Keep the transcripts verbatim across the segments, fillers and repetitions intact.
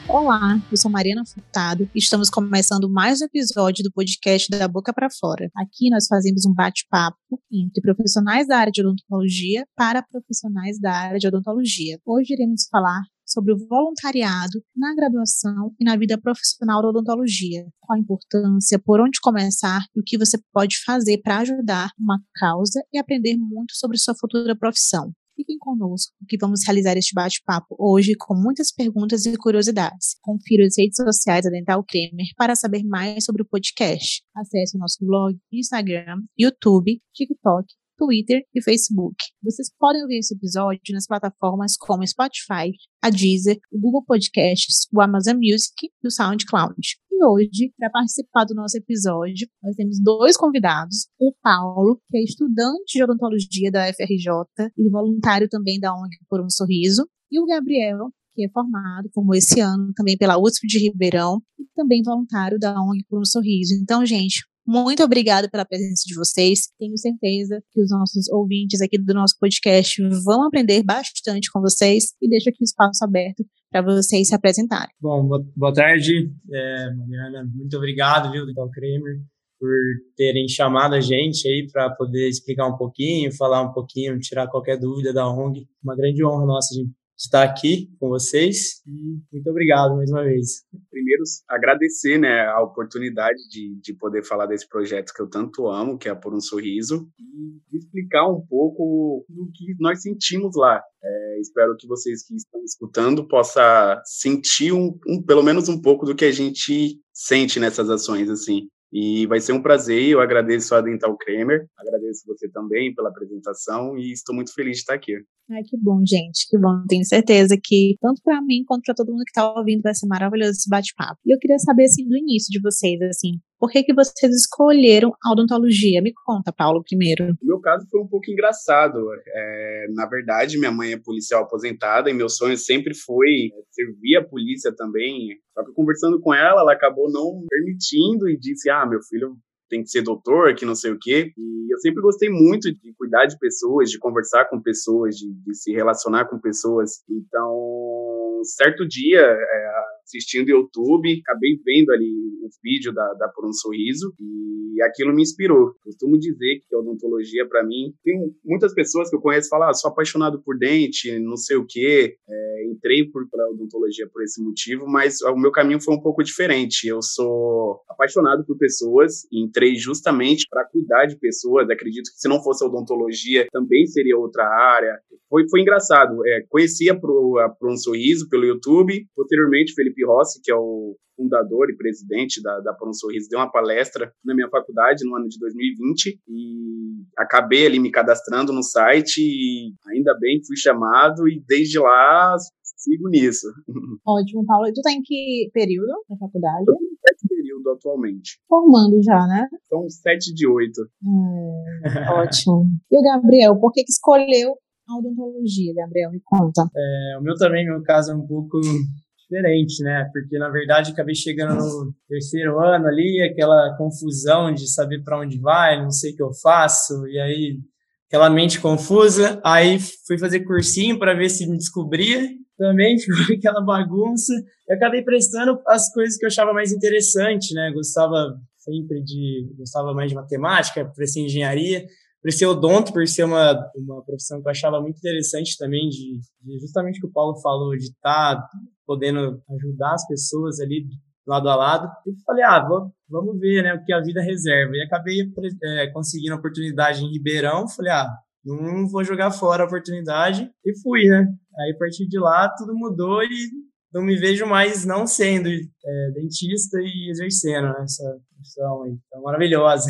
Olá, eu sou Mariana Furtado e estamos começando mais um episódio do podcast Da Boca para Fora. Aqui nós fazemos um bate-papo entre profissionais da área de odontologia para profissionais da área de odontologia. Hoje iremos falar sobre o voluntariado na graduação e na vida profissional da odontologia. Qual a importância, por onde começar e o que você pode fazer para ajudar uma causa e aprender muito sobre sua futura profissão. Fiquem conosco, que vamos realizar este bate-papo hoje com muitas perguntas e curiosidades. Confira as redes sociais da Dental Kramer para saber mais sobre o podcast. Acesse o nosso blog, Instagram, YouTube, TikTok, Twitter e Facebook. Vocês podem ouvir esse episódio nas plataformas como Spotify, a Deezer, o Google Podcasts, o Amazon Music e o SoundCloud. E hoje, para participar do nosso episódio, nós temos dois convidados. O Paulo, que é estudante de odontologia da U F R J e voluntário também da O N G Por Um Sorriso, e o Gabriel, que é formado, formou esse ano também pela U S P de Ribeirão e também voluntário da O N G Por Um Sorriso. Então, gente, muito obrigada pela presença de vocês. Tenho certeza que os nossos ouvintes aqui do nosso podcast vão aprender bastante com vocês e deixo aqui o espaço aberto para vocês se apresentarem. Bom, boa tarde, é, Mariana. Muito obrigado, viu, Dental Kramer, por terem chamado a gente aí para poder explicar um pouquinho, falar um pouquinho, tirar qualquer dúvida da O N G. Uma grande honra nossa de estar aqui com vocês e muito obrigado mais uma vez. Primeiro, agradecer, né, a oportunidade de, de poder falar desse projeto que eu tanto amo, que é Por Um Sorriso, e explicar um pouco do que nós sentimos lá. É, espero que vocês que estão escutando possam sentir um, um, pelo menos um pouco do que a gente sente nessas ações, assim. E vai ser um prazer, eu agradeço a Dental Kramer, agradeço você também pela apresentação e estou muito feliz de estar aqui. Ai, que bom, gente, que bom. Tenho certeza que, tanto para mim quanto para todo mundo que está ouvindo, vai ser maravilhoso esse bate-papo. E eu queria saber, assim, do início de vocês, assim, por que que vocês escolheram a odontologia? Me conta, Paulo, primeiro. O meu caso foi um pouco engraçado. É, na verdade, minha mãe é policial aposentada e meu sonho sempre foi servir a polícia também. Só que conversando com ela, ela acabou não permitindo e disse, ah, meu filho tem que ser doutor, que não sei o quê. E eu sempre gostei muito de cuidar de pessoas, de conversar com pessoas, de, de se relacionar com pessoas. Então, certo dia, é, assistindo YouTube, acabei vendo ali o vídeo da, da Por Um Sorriso e aquilo me inspirou. Costumo dizer que a odontologia, para mim, tem muitas pessoas que eu conheço que falam, ah, sou apaixonado por dente, não sei o quê. É, entrei para a odontologia por esse motivo, mas o meu caminho foi um pouco diferente. Eu sou apaixonado por pessoas e entrei justamente para cuidar de pessoas. Acredito que se não fosse a odontologia, também seria outra área. Foi, foi engraçado. É, conheci a Por Um Sorriso pelo YouTube. Posteriormente, Felipe Rossi, que é o fundador e presidente da, da Por Um Sorriso, deu uma palestra na minha faculdade no ano de dois mil e vinte e acabei ali me cadastrando no site e ainda bem fui chamado e desde lá sigo nisso. Ótimo, Paulo. E tu tá em que período da faculdade? Eu tô no sétimo período atualmente. Formando já, né? São sete de oito. Hum, ótimo. E o Gabriel, por que que escolheu a odontologia, Gabriel? Me conta. É, o meu também, meu caso é um pouco diferente, né? Porque, na verdade, acabei chegando no terceiro ano ali, aquela confusão de saber para onde vai, não sei o que eu faço, e aí aquela mente confusa. Aí fui fazer cursinho para ver se me descobria. Também ficou aquela bagunça. Eu acabei prestando as coisas que eu achava mais interessante, né? Gostava sempre de... Gostava mais de matemática, prestei engenharia. Prestei odonto por ser uma, uma profissão que eu achava muito interessante também, de, de justamente o que o Paulo falou, de estar tá podendo ajudar as pessoas ali lado a lado. E falei, ah, vou, vamos ver, né, o que a vida reserva. E acabei é, conseguindo a oportunidade em Ribeirão. Falei, ah, não vou jogar fora a oportunidade. E fui, né? Aí, a partir de lá, tudo mudou e não me vejo mais não sendo é, dentista e exercendo, né, essa profissão aí. Então, maravilhosa.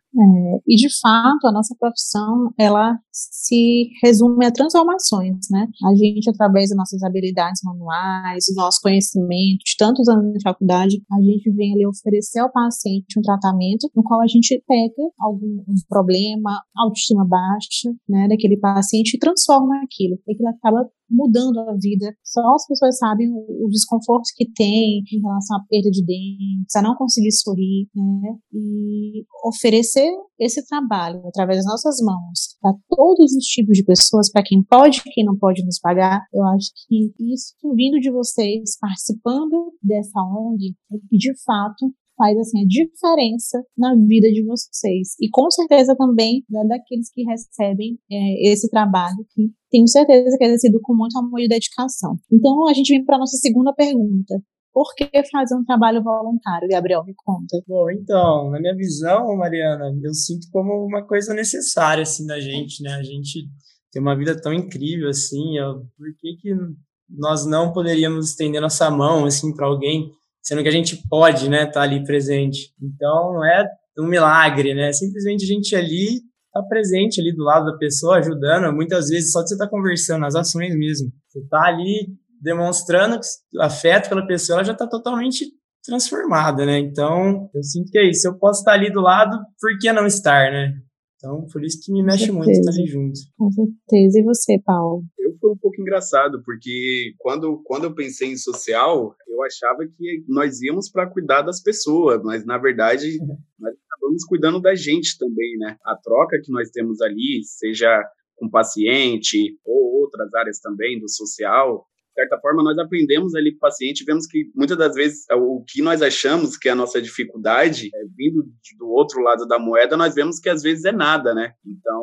É, e, de fato, a nossa profissão, ela se resume a transformações, né? A gente, através das nossas habilidades manuais, do nosso conhecimento, de tantos anos de faculdade, a gente vem ali oferecer ao paciente um tratamento no qual a gente pega algum um problema, autoestima baixa, né, daquele paciente e transforma aquilo. E aquilo acaba mudando a vida. Só as pessoas sabem o, o desconforto que tem em relação à perda de dentes, a não conseguir sorrir, né? E oferecer esse trabalho através das nossas mãos para todos os tipos de pessoas, para quem pode e quem não pode nos pagar. Eu acho que isso vindo de vocês, participando dessa O N G, é que de fato faz assim a diferença na vida de vocês e com certeza também da, daqueles que recebem é, esse trabalho, que tenho certeza que é exercido com muito amor e dedicação. Então a gente vem para a nossa segunda pergunta. Por que fazer um trabalho voluntário? Gabriel, me conta. Bom, então, na minha visão, Mariana, eu sinto como uma coisa necessária, assim, da gente, né? A gente tem uma vida tão incrível, assim, ó, por que que nós não poderíamos estender nossa mão, assim, para alguém, sendo que a gente pode, né, estar ali presente? Então, não é um milagre, né? Simplesmente a gente ali tá presente ali do lado da pessoa, ajudando, muitas vezes só de você estar conversando, as ações mesmo. Você tá ali demonstrando afeto pela pessoa, ela já está totalmente transformada, né? Então, eu sinto que é isso. Se eu posso estar ali do lado, por que não estar, né? Então, por isso que me mexe muito estar ali junto. Com certeza. E você, Paulo? Eu fui um pouco engraçado, porque quando, quando eu pensei em social, eu achava que nós íamos para cuidar das pessoas, mas, na verdade, nós acabamos cuidando da gente também, né? A troca que nós temos ali, seja com o paciente ou outras áreas também do social, de certa forma, nós aprendemos ali com o paciente, vemos que muitas das vezes o que nós achamos que é a nossa dificuldade, é, vindo do outro lado da moeda, nós vemos que às vezes é nada, né? Então,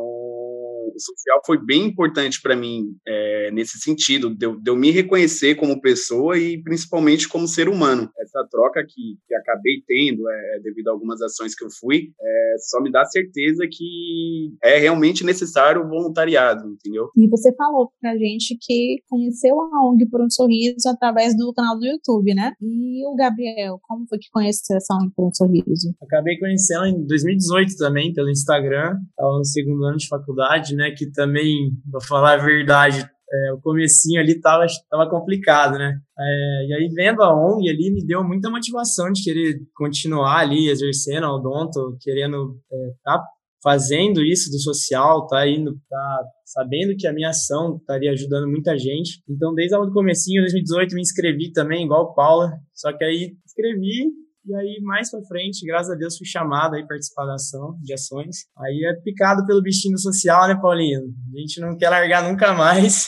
o social foi bem importante para mim é, nesse sentido, de eu, de eu me reconhecer como pessoa e principalmente como ser humano. Essa troca que, que acabei tendo é, devido a algumas ações que eu fui, é, só me dá certeza que é realmente necessário o voluntariado, entendeu? E você falou pra gente que conheceu a O N G Por um Sorriso através do canal do YouTube, né? E o Gabriel, como foi que conheceu essa O N G Por um Sorriso? Acabei conhecendo em dois mil e dezoito também, pelo Instagram. Estava no segundo ano de faculdade, né? Que também, pra falar a verdade, é, o comecinho ali tava, tava complicado, né? É, e aí, vendo a O N G ali, me deu muita motivação de querer continuar ali, exercendo a odonto, querendo é, tá fazendo isso do social, tá indo, tá sabendo que a minha ação estaria ajudando muita gente. Então, desde o comecinho, dois mil e dezoito, me inscrevi também, igual Paula, só que aí escrevi. E aí, mais pra frente, graças a Deus, fui chamado aí a participar da ação, de ações. Aí é picado pelo bichinho social, né, Paulinho? A gente não quer largar nunca mais.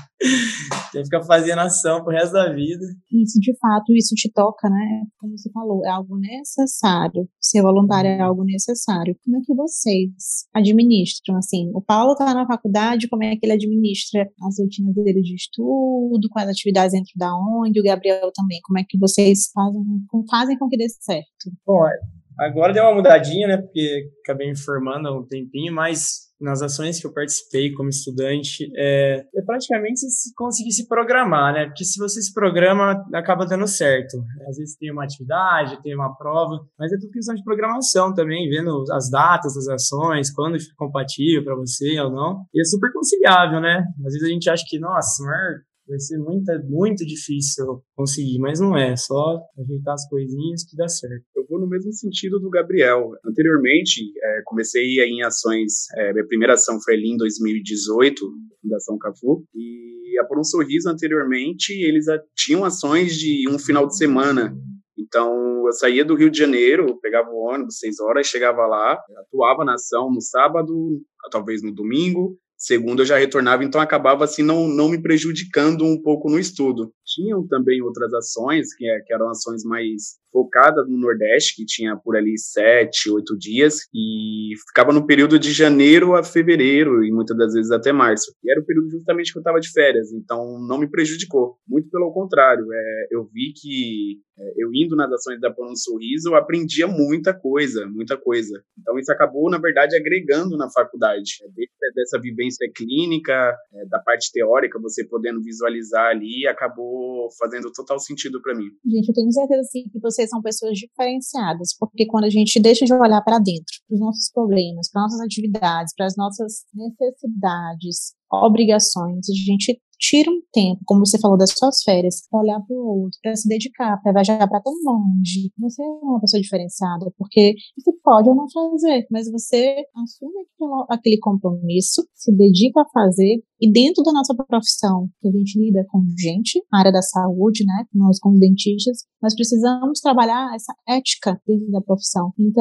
Tem que ficar fazendo ação pro resto da vida. Isso, de fato, isso te toca, né? Como você falou, é algo necessário. Ser voluntário é algo necessário. Como é que vocês administram, assim? O Paulo tá na faculdade, como é que ele administra as rotinas dele de estudo, com as atividades dentro da O N G? O Gabriel também, como é que vocês fazem, fazem com que dê certo? Bom, agora deu uma mudadinha, né? Porque acabei me formando há um tempinho, mas nas ações que eu participei como estudante, é, é praticamente se conseguir se programar, né? Porque se você se programa, acaba dando certo. Às vezes tem uma atividade, tem uma prova, mas é tudo questão de programação também, vendo as datas das ações, quando fica compatível para você ou não. E é super conciliável, né? Às vezes a gente acha que, nossa, vai ser muito, muito difícil conseguir, mas não é, só ajeitar as coisinhas que dá certo. Eu vou no mesmo sentido do Gabriel. Anteriormente, é, comecei em ações, é, minha primeira ação foi ali em dois mil e dezoito, Fundação Cafu, e a Por um Sorriso, anteriormente, eles tinham ações de um final de semana. Então, eu saía do Rio de Janeiro, pegava o ônibus, seis horas, chegava lá, atuava na ação no sábado, talvez no domingo, segunda eu já retornava, então acabava assim não, não me prejudicando um pouco no estudo. Tinham também outras ações, que, é, que eram ações mais focadas no Nordeste, que tinha por ali sete, oito dias, e ficava no período de janeiro a fevereiro, e muitas das vezes até março. E era o período justamente que eu estava de férias, então não me prejudicou. Muito pelo contrário, é, eu vi que é, eu indo nas ações da Por um Sorriso, eu aprendia muita coisa, muita coisa. Então isso acabou, na verdade, agregando na faculdade. É, desde dessa vivência clínica, é, da parte teórica, você podendo visualizar ali, acabou fazendo total sentido para mim. Gente, eu tenho certeza sim, que vocês são pessoas diferenciadas, porque quando a gente deixa de olhar para dentro, para os nossos problemas, para nossas atividades, para as nossas necessidades, obrigações, a gente tira um tempo, como você falou, das suas férias, para olhar para o outro, para se dedicar, para viajar para tão longe. Você é uma pessoa diferenciada, porque você pode ou não fazer, mas você assume aquele, aquele compromisso, se dedica a fazer, e dentro da nossa profissão, que a gente lida com gente, a área da saúde, né, nós como dentistas, nós precisamos trabalhar essa ética dentro da profissão. Então,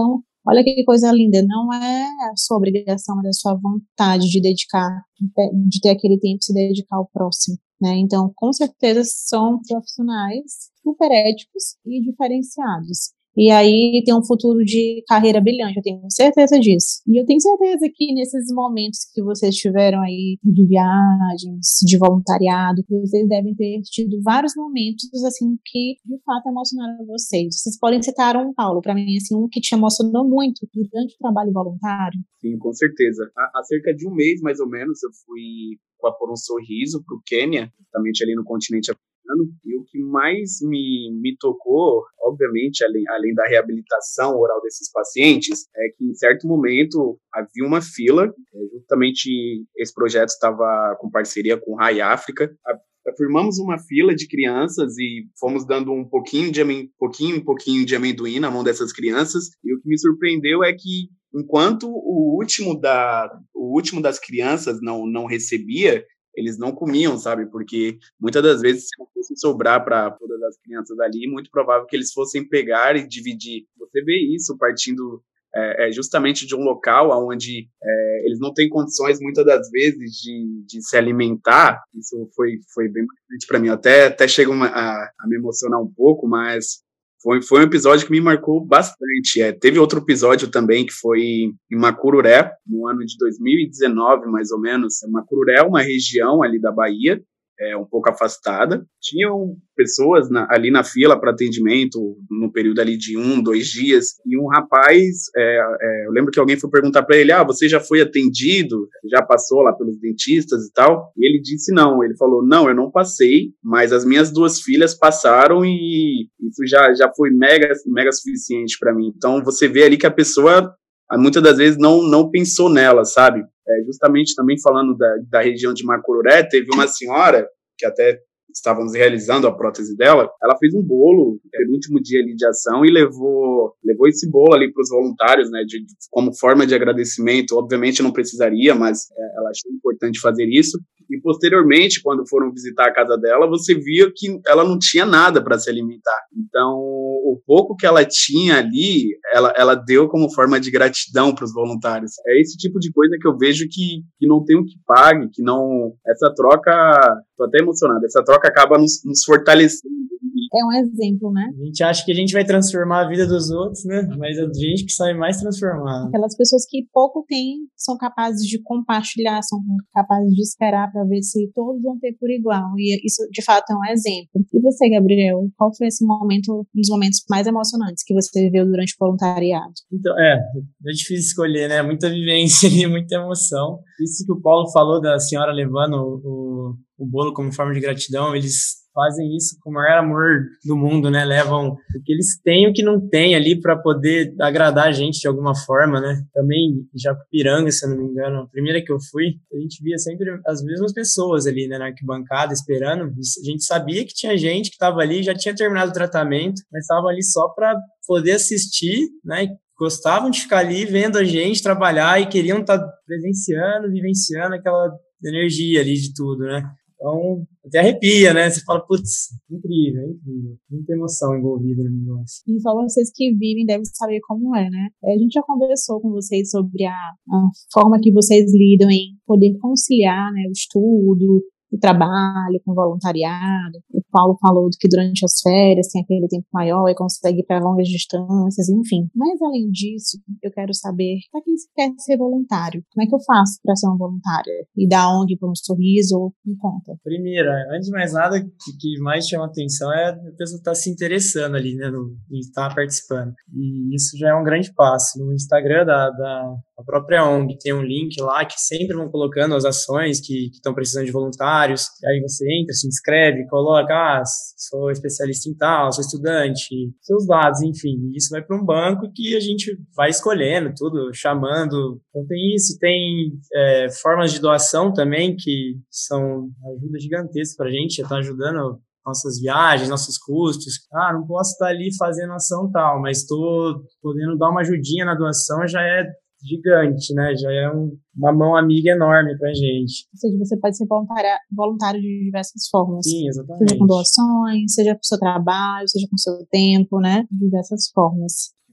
Olha que coisa linda, não é a sua obrigação, é a sua vontade de dedicar, de ter aquele tempo e se dedicar ao próximo, né? Então, com certeza, são profissionais super éticos e diferenciados. E aí tem um futuro de carreira brilhante, eu tenho certeza disso. E eu tenho certeza que nesses momentos que vocês tiveram aí de viagens, de voluntariado, vocês devem ter tido vários momentos, assim, que de fato emocionaram vocês. Vocês podem citar um, Paulo, para mim, assim, um que te emocionou muito durante o trabalho voluntário? Sim, com certeza. Há, há cerca de um mês, mais ou menos, eu fui com a Por um Sorriso para o Quênia, justamente ali no continente africano. E o que mais me, me tocou, obviamente, além, além da reabilitação oral desses pacientes, é que em certo momento havia uma fila, justamente esse projeto estava com parceria com o Rai África, firmamos uma fila de crianças e fomos dando um pouquinho de amendoim, pouquinho, um pouquinho de amendoim na mão dessas crianças, e o que me surpreendeu é que enquanto o último, da, o último das crianças não, não recebia, eles não comiam, sabe? Porque muitas das vezes, se não fosse sobrar para todas as crianças ali, muito provável que eles fossem pegar e dividir. Você vê isso partindo é, é, justamente de um local onde é, eles não têm condições, muitas das vezes, de, de se alimentar. Isso foi, foi bem importante para mim. Até, até chega uma, a, a me emocionar um pouco, mas Foi, foi um episódio que me marcou bastante. É, teve outro episódio também que foi em Macururé, no ano de dois mil e dezenove, mais ou menos. Macururé é uma região ali da Bahia, é, um pouco afastada. Tinham pessoas na, ali na fila para atendimento, no período ali de um, dois dias, e um rapaz, é, é, eu lembro que alguém foi perguntar para ele, ah, você já foi atendido? Já passou lá pelos dentistas e tal? E ele disse não, ele falou, não, eu não passei, mas as minhas duas filhas passaram e isso já, já foi mega, mega suficiente para mim. Então, você vê ali que a pessoa, muitas das vezes, não, não pensou nela, sabe? É, justamente também falando da, da região de Macururé, teve uma senhora, que até estávamos realizando a prótese dela, ela fez um bolo no último dia ali de ação e levou, levou esse bolo ali para os voluntários, né, de, como forma de agradecimento. Obviamente não precisaria, mas é, ela achou importante fazer isso. E posteriormente, quando foram visitar a casa dela, você via que ela não tinha nada para se alimentar. Então, o pouco que ela tinha ali, ela, ela deu como forma de gratidão para os voluntários. É esse tipo de coisa que eu vejo que, que não tem o que pague, que não... Essa troca... Tô até emocionado. Essa troca acaba nos, nos fortalecendo. É um exemplo, né? A gente acha que a gente vai transformar a vida dos outros, né? Mas é a gente que sabe mais transformar. Aquelas pessoas que pouco têm são capazes de compartilhar, são capazes de esperar para ver se todos vão ter por igual. E isso, de fato, é um exemplo. E você, Gabriel, qual foi esse momento, um dos momentos mais emocionantes que você viveu durante o voluntariado? Então, é, é difícil escolher, né? Muita vivência e muita emoção. Isso que o Paulo falou da senhora levando o, o bolo como forma de gratidão, eles fazem isso com o maior amor do mundo, né? Levam o que eles têm e o que não tem ali para poder agradar a gente de alguma forma, né? Também, Japipiranga, se eu não me engano, a primeira que eu fui, a gente via sempre as mesmas pessoas ali, né, na arquibancada, esperando. A gente sabia que tinha gente que estava ali, já tinha terminado o tratamento, mas estavam ali só para poder assistir, né? Gostavam de ficar ali vendo a gente trabalhar e queriam estar presenciando, vivenciando aquela energia ali de tudo, né? Então, até arrepia, né? Você fala, putz, incrível, incrível. Muita emoção envolvida no negócio. E só vocês que vivem devem saber como é, né? A gente já conversou com vocês sobre a, a forma que vocês lidam em poder conciliar, né, o estudo, o trabalho com voluntariado. O Paulo falou que durante as férias tem aquele tempo maior e consegue ir para longas distâncias, enfim. Mas, além disso, eu quero saber, para quem quer ser voluntário, como é que eu faço para ser um voluntário? E da onde, por um sorriso, me conta. Primeiro, antes de mais nada, o que mais chama atenção é a pessoa estar se interessando ali, né, no, e estar participando. E isso já é um grande passo. No Instagram da, da a própria O N G tem um link lá que sempre vão colocando as ações que estão precisando de voluntários. Aí você entra, se inscreve, coloca, ah, sou especialista em tal, sou estudante, seus dados, enfim. E isso vai para um banco que a gente vai escolhendo tudo, chamando. Então tem isso, tem é, formas de doação também que são ajuda gigantesca para a gente, já está ajudando nossas viagens, nossos custos. Ah, não posso estar ali fazendo ação tal, mas estou podendo dar uma ajudinha na doação, já é gigante, né? Já é um, uma mão amiga enorme pra gente. Ou seja, você pode ser voluntário de diversas formas. Sim, exatamente. Seja com doações, seja com o seu trabalho, seja com o seu tempo, né? De diversas formas.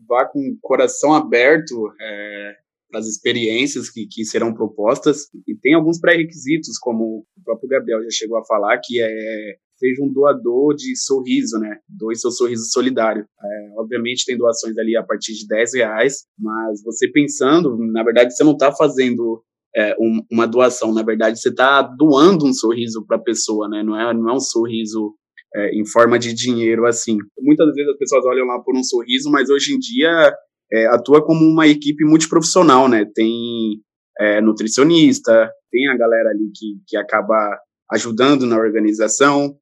vá com o coração aberto é, para as experiências que, que serão propostas, e tem alguns pré-requisitos, como o próprio Gabriel já chegou a falar, que é seja um doador de sorriso, né? Doe seu sorriso solidário. É, obviamente tem doações ali a partir de dez reais, mas você pensando, na verdade você não está fazendo é, um, uma doação, na verdade você está doando um sorriso para a pessoa, né? Não é, não é um sorriso é, em forma de dinheiro, assim. Muitas vezes as pessoas olham lá por um sorriso, mas hoje em dia é, atua como uma equipe multiprofissional, né? Tem é, nutricionista, tem a galera ali que, que acaba ajudando na organização,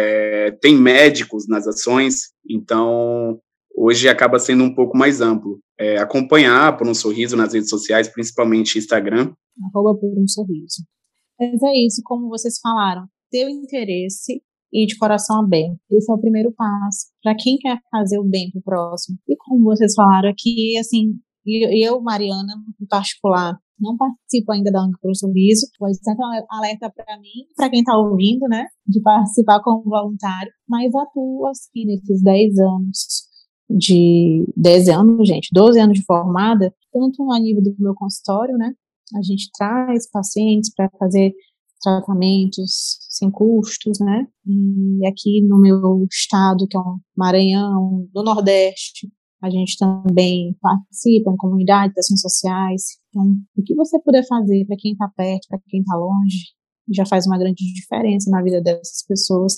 É, tem médicos nas ações, então hoje acaba sendo um pouco mais amplo. É, acompanhar por um sorriso nas redes sociais, principalmente Instagram. Arroba por um sorriso. Mas é isso, como vocês falaram, ter o interesse e de coração aberto. Esse é o primeiro passo para quem quer fazer o bem para o próximo. E como vocês falaram aqui, assim, eu, Mariana, em particular, não participo ainda da ONG Por um Sorriso, pois sempre alerta para mim, para quem está ouvindo, né, de participar como voluntário, mas atuo assim nesses dez anos de, dez anos, gente, doze anos de formada, tanto a nível do meu consultório, né, a gente traz pacientes para fazer tratamentos sem custos, né, e aqui no meu estado, que é o Maranhão, do Nordeste, a gente também participa em comunidades, ações sociais. Então, o que você puder fazer para quem está perto, para quem está longe, já faz uma grande diferença na vida dessas pessoas.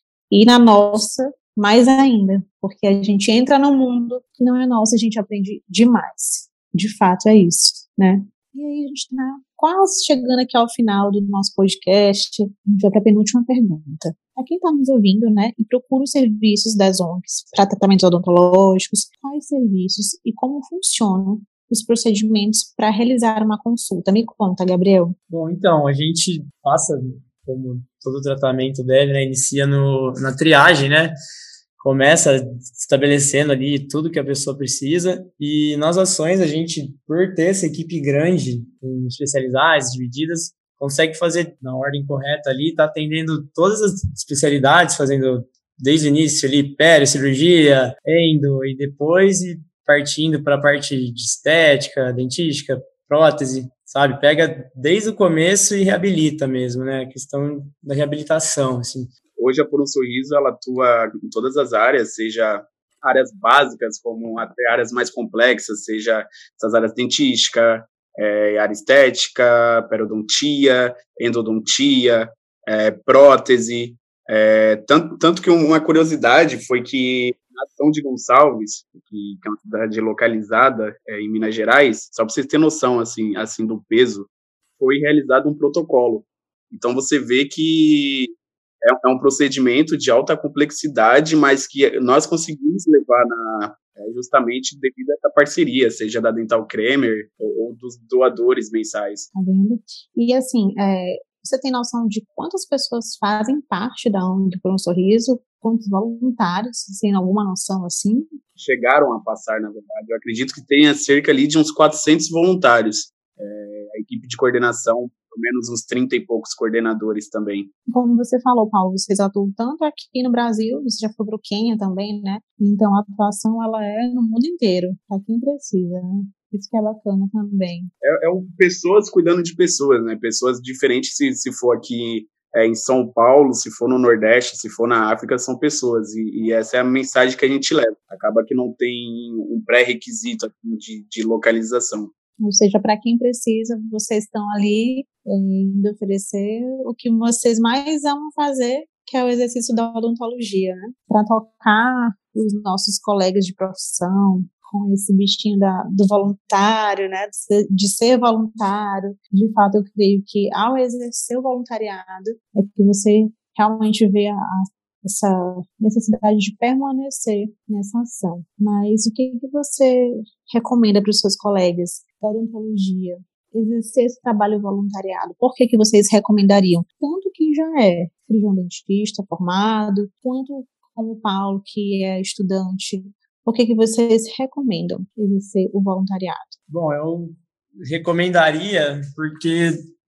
E na nossa, mais ainda, porque a gente entra num mundo que não é nosso, a gente aprende demais. De fato, é isso, né? E aí a gente está quase chegando aqui ao final do nosso podcast. A gente vai para a penúltima pergunta. Para quem está nos ouvindo, né, e procura os serviços das O N Gs para tratamentos odontológicos, quais serviços e como funcionam os procedimentos para realizar uma consulta? Me conta, Gabriel. Bom, então, a gente passa, como todo tratamento deve, né, inicia no, na triagem, né? Começa estabelecendo ali tudo que a pessoa precisa, e nas ações a gente, por ter essa equipe grande, com especialidades divididas, consegue fazer na ordem correta ali, tá atendendo todas as especialidades, fazendo desde o início ali, pério, cirurgia, endo, e depois e partindo para a parte de estética, dentística, prótese, sabe? Pega desde o começo e reabilita mesmo, né? A questão da reabilitação, assim. Hoje a Por um Sorriso, ela atua em todas as áreas, seja áreas básicas, como até áreas mais complexas, seja essas áreas dentística, é, área estética, periodontia, endodontia, é, prótese. É, tanto, tanto que uma curiosidade foi que na São de Gonçalves, que, que é uma cidade localizada é, em Minas Gerais, só para vocês terem noção assim, assim, do peso, foi realizado um protocolo. Então você vê que é um procedimento de alta complexidade, mas que nós conseguimos levar na, justamente devido a essa parceria, seja da Dental Cremer ou, ou dos doadores mensais. Tá vendo? E assim, é, você tem noção de quantas pessoas fazem parte da O N G Por um Sorriso? Quantos voluntários? Você tem alguma noção assim? Chegaram a passar, na verdade. Eu acredito que tenha cerca ali de uns quatrocentos voluntários. É, a equipe de coordenação, pelo menos uns trinta e poucos coordenadores também. Como você falou, Paulo, vocês atuam tanto aqui no Brasil, você já foi para o Quênia também, né? Então a atuação ela é no mundo inteiro, para quem precisa, né? Isso que é bacana também. É, é pessoas cuidando de pessoas, né? Pessoas diferentes, se, se for aqui é, em São Paulo, se for no Nordeste, se for na África, são pessoas. E, e essa é a mensagem que a gente leva. Acaba que não tem um pré-requisito de, de localização. Ou seja, para quem precisa, vocês estão ali é, indo oferecer o que vocês mais amam fazer, que é o exercício da odontologia, né? Para tocar os nossos colegas de profissão com esse bichinho da, do voluntário, né? De ser, de ser voluntário. De fato, eu creio que ao exercer o voluntariado é que você realmente vê a, a essa necessidade de permanecer nessa ação. Mas o que, que você recomenda para os seus colegas da odontologia exercer esse trabalho voluntariado? Por que, que vocês recomendariam? Tanto quem já é cirurgião dentista formado, quanto como o Paulo, que é estudante. Por que, que vocês recomendam exercer o voluntariado? Bom, eu recomendaria porque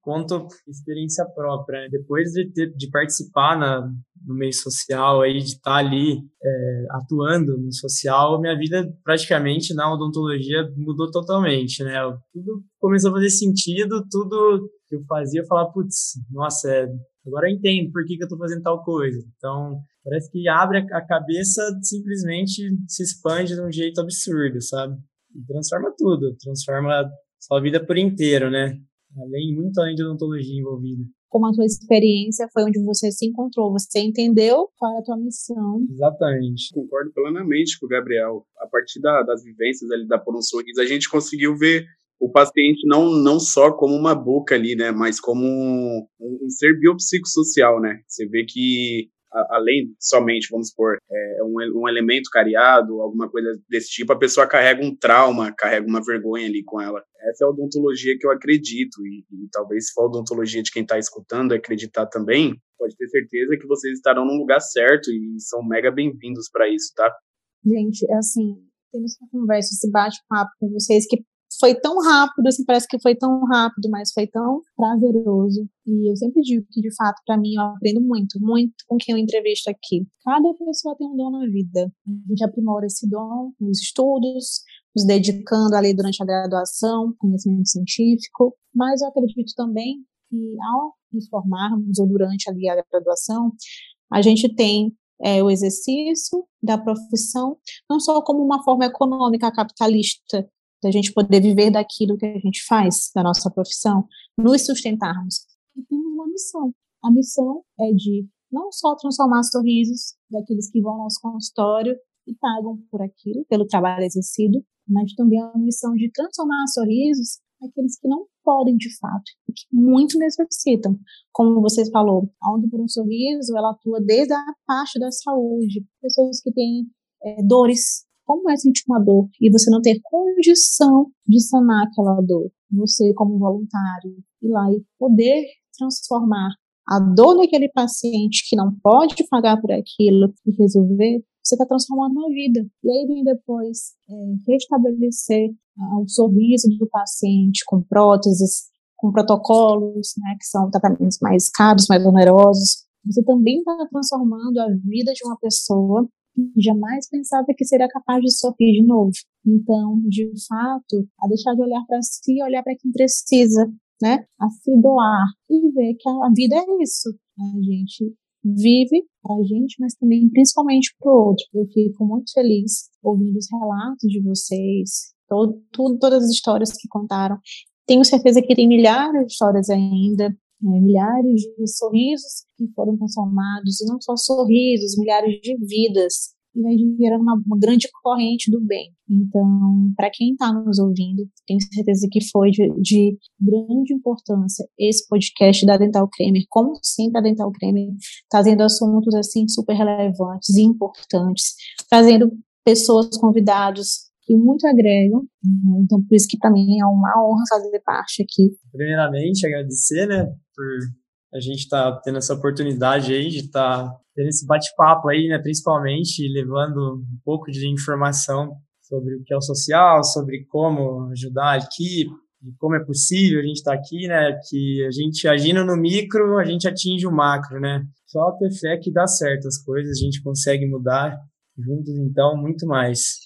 conto experiência própria, né? Depois de, ter, de participar na, no meio social, aí, de estar ali é, atuando no social, minha vida praticamente na odontologia mudou totalmente, né? Tudo começou a fazer sentido, tudo que eu fazia, eu falava, putz, nossa, é, agora eu entendo por que, que eu estou fazendo tal coisa. Então, parece que abre a, a cabeça, simplesmente se expande de um jeito absurdo, sabe? E transforma tudo, transforma a sua vida por inteiro, né? Além, muito além de odontologia envolvida. Como a tua experiência foi onde você se encontrou, você entendeu qual era a tua missão. Exatamente. Concordo plenamente com o Gabriel. A partir da, das vivências ali da Por um Sorriso, a gente conseguiu ver o paciente não, não só como uma boca ali, né, mas como um, um ser biopsicossocial, né? Você vê que, a, além somente, vamos supor, é, um, um elemento cariado, alguma coisa desse tipo, a pessoa carrega um trauma, carrega uma vergonha ali com ela. Essa é a odontologia que eu acredito, e, e talvez se for a odontologia de quem está escutando acreditar também, pode ter certeza que vocês estarão no lugar certo e são mega bem-vindos para isso, tá? Gente, é assim, tendo essa conversa, esse bate-papo com vocês, que foi tão rápido, assim, parece que foi tão rápido, mas foi tão prazeroso. E eu sempre digo que, de fato, para mim, eu aprendo muito, muito com quem eu entrevisto aqui. Cada pessoa tem um dom na vida. A gente aprimora esse dom nos estudos, nos dedicando ali durante a graduação, conhecimento científico, mas eu acredito também que, ao nos formarmos ou durante ali a graduação, a gente tem é, o exercício da profissão, não só como uma forma econômica capitalista, da gente poder viver daquilo que a gente faz, da nossa profissão, nos sustentarmos. E temos uma missão. A missão é de não só transformar sorrisos daqueles que vão ao nosso consultório e pagam por aquilo, pelo trabalho exercido, mas também a missão de transformar sorrisos daqueles que não podem de fato, e que muito necessitam. Como você falou, a Onda por um Sorriso, ela atua desde a parte da saúde, pessoas que têm é, dores. Como é sentir uma dor e você não ter condição de sanar aquela dor? Você, como voluntário, ir lá e poder transformar a dor daquele paciente que não pode pagar por aquilo e resolver, você está transformando uma vida. E aí vem depois é, restabelecer ah, o sorriso do paciente com próteses, com protocolos, né, que são tratamentos mais caros, mais onerosos. Você também está transformando a vida de uma pessoa que jamais pensava que seria capaz de sorrir de novo. Então, de fato, a deixar de olhar para si e olhar para quem precisa, né? A se doar e ver que a vida é isso. A gente vive para a gente, mas também principalmente para o outro. Eu fico muito feliz ouvindo os relatos de vocês, todo, tudo, todas as histórias que contaram. Tenho certeza que tem milhares de histórias ainda, É, milhares de sorrisos que foram transformados, e não só sorrisos, milhares de vidas, e vai gerando uma, uma grande corrente do bem. Então, para quem está nos ouvindo, tenho certeza que foi de, de grande importância esse podcast da Dental Kramer, como sempre a Dental Kramer, trazendo assuntos assim super relevantes e importantes, trazendo pessoas, convidados que muito agregam, então por isso que para mim é uma honra fazer parte aqui. Primeiramente, agradecer, né, por a gente estar tá tendo essa oportunidade aí de estar tá tendo esse bate-papo aí, né, principalmente levando um pouco de informação sobre o que é o social, sobre como ajudar a equipe, como é possível a gente estar tá aqui, né, que a gente agindo no micro, a gente atinge o macro, né, só ter fé que dá certo as coisas, a gente consegue mudar juntos, então, muito mais.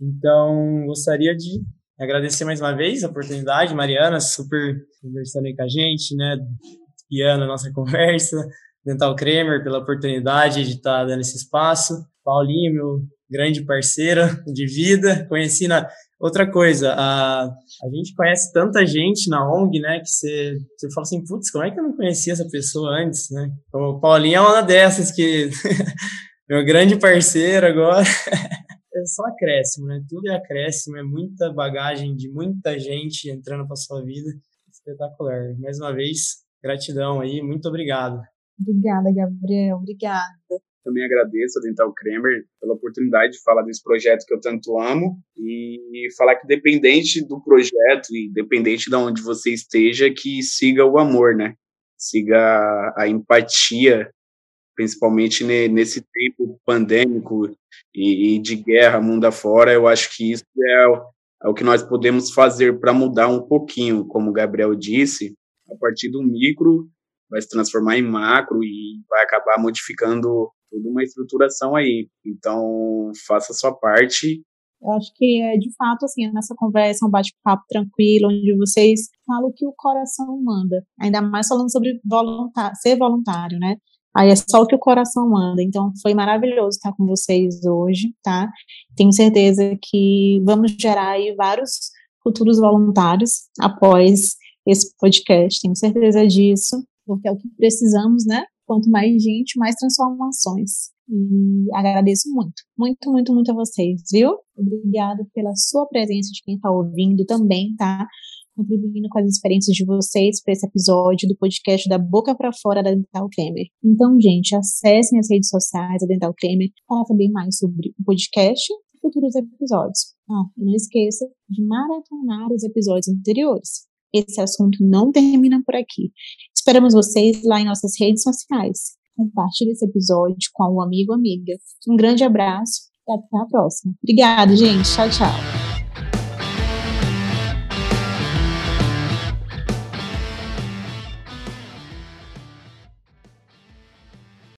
Então, gostaria de agradecer mais uma vez a oportunidade, Mariana, super conversando aí com a gente, né, guiando a nossa conversa, Dental Kramer, pela oportunidade de estar tá dando esse espaço, Paulinho, meu grande parceiro de vida, conheci na... Outra coisa, a, a gente conhece tanta gente na O N G, né, que você, você fala assim, putz, como é que eu não conhecia essa pessoa antes, né? O Paulinho é uma dessas que... meu grande parceiro agora... É só acréscimo, né? Tudo é acréscimo, é muita bagagem de muita gente entrando para sua vida. Espetacular. Mais uma vez, gratidão aí, muito obrigado. Obrigada, Gabriel, obrigada. Também agradeço a Dental Kramer pela oportunidade de falar desse projeto que eu tanto amo e falar que dependente do projeto e dependente de onde você esteja, que siga o amor, né? Siga a empatia, principalmente nesse tempo pandêmico e de guerra mundo afora. Eu acho que isso é o, é o que nós podemos fazer para mudar um pouquinho, como o Gabriel disse, a partir do micro vai se transformar em macro e vai acabar modificando toda uma estruturação aí. Então, faça a sua parte. Eu acho que é, de fato, assim, nessa conversa, um bate-papo tranquilo, onde vocês falam o que o coração manda. Ainda mais falando sobre voluntário, ser voluntário, né? Aí é só o que o coração manda. Então, foi maravilhoso estar com vocês hoje, tá? Tenho certeza que vamos gerar aí vários futuros voluntários após esse podcast. Tenho certeza disso, porque é o que precisamos, né? Quanto mais gente, mais transformações. E agradeço muito, muito, muito, muito a vocês, viu? Obrigado pela sua presença, de quem está ouvindo também, tá? Contribuindo com as experiências de vocês para esse episódio do podcast da Boca para Fora da Dental Kramer. Então, gente, acessem as redes sociais da Dental Kramer para saber mais sobre o podcast e futuros episódios. Ah, e não esqueça de maratonar os episódios anteriores. Esse assunto não termina por aqui. Esperamos vocês lá em nossas redes sociais. Compartilhe esse episódio com um amigo ou amiga. Um grande abraço e até a próxima. Obrigada, gente. Tchau, tchau.